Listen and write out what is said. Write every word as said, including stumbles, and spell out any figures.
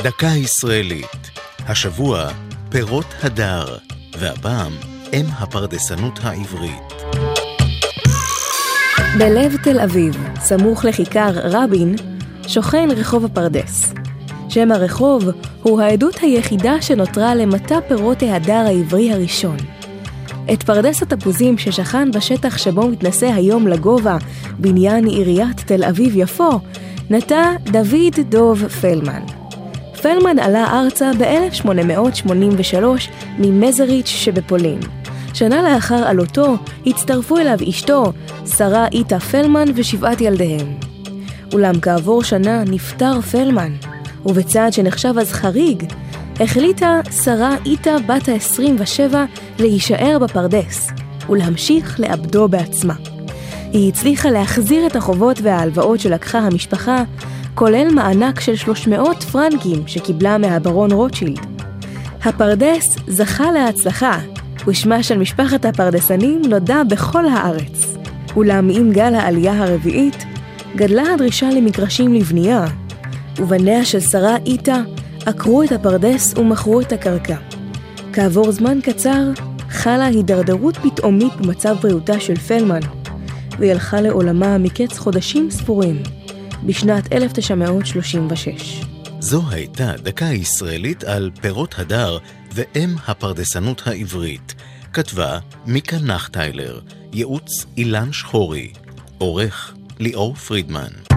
דקה ישראלית. השבוע פירות הדר, והפעם אם הפרדסנות העברית. בלב תל אביב, סמוך לכיכר רבין, שוכן רחוב הפרדס. שם הרחוב הוא העדות היחידה שנותרה למטע פירות ההדר העברי הראשון. את פרדס התפוזים ששכן בשטח שבו מתנסה היום לגובה בניין עיריית תל אביב יפו, נטע דוד דוב פלמן. פלמן עלה ארצה ב-אלף שמונה מאות שמונים ושלוש ממזריץ' שבפולין. שנה לאחר עלותו הצטרפו אליו אשתו, שרה איתה פלמן ושבעת ילדיהם. אולם כעבור שנה נפטר פלמן, ובצעד שנחשב אז חריג, החליטה שרה איתה בת ה-עשרים ושבע להישאר בפרדס ולהמשיך לעבדו בעצמה. היא הצליחה להחזיר את החובות וההלוואות שלקחה המשפחה, כולל מענק של שלוש מאות פרנקים שקיבלה מהברון רוטשילד. הפרדס זכה להצלחה, ושמה של משפחת הפרדסנים נודע בכל הארץ. אולם עם גל העלייה הרביעית, גדלה הדרישה למגרשים לבנייה, ובניה של שרה איתה עקרו את הפרדס ומכרו את הקרקע. כעבור זמן קצר, חלה הידרדרות פתאומית במצב בריאותה של פלמן, והיא הלכה לעולמה מקץ חודשים ספורים, בשנת אלף תשע מאות שלושים ושש. זו הייתה דקה ישראלית על פירות הדר ואם הפרדסנות העברית. כתבה מיקה נחטיילר, ייעוץ אילן שחורי, עורך ליאור פרידמן.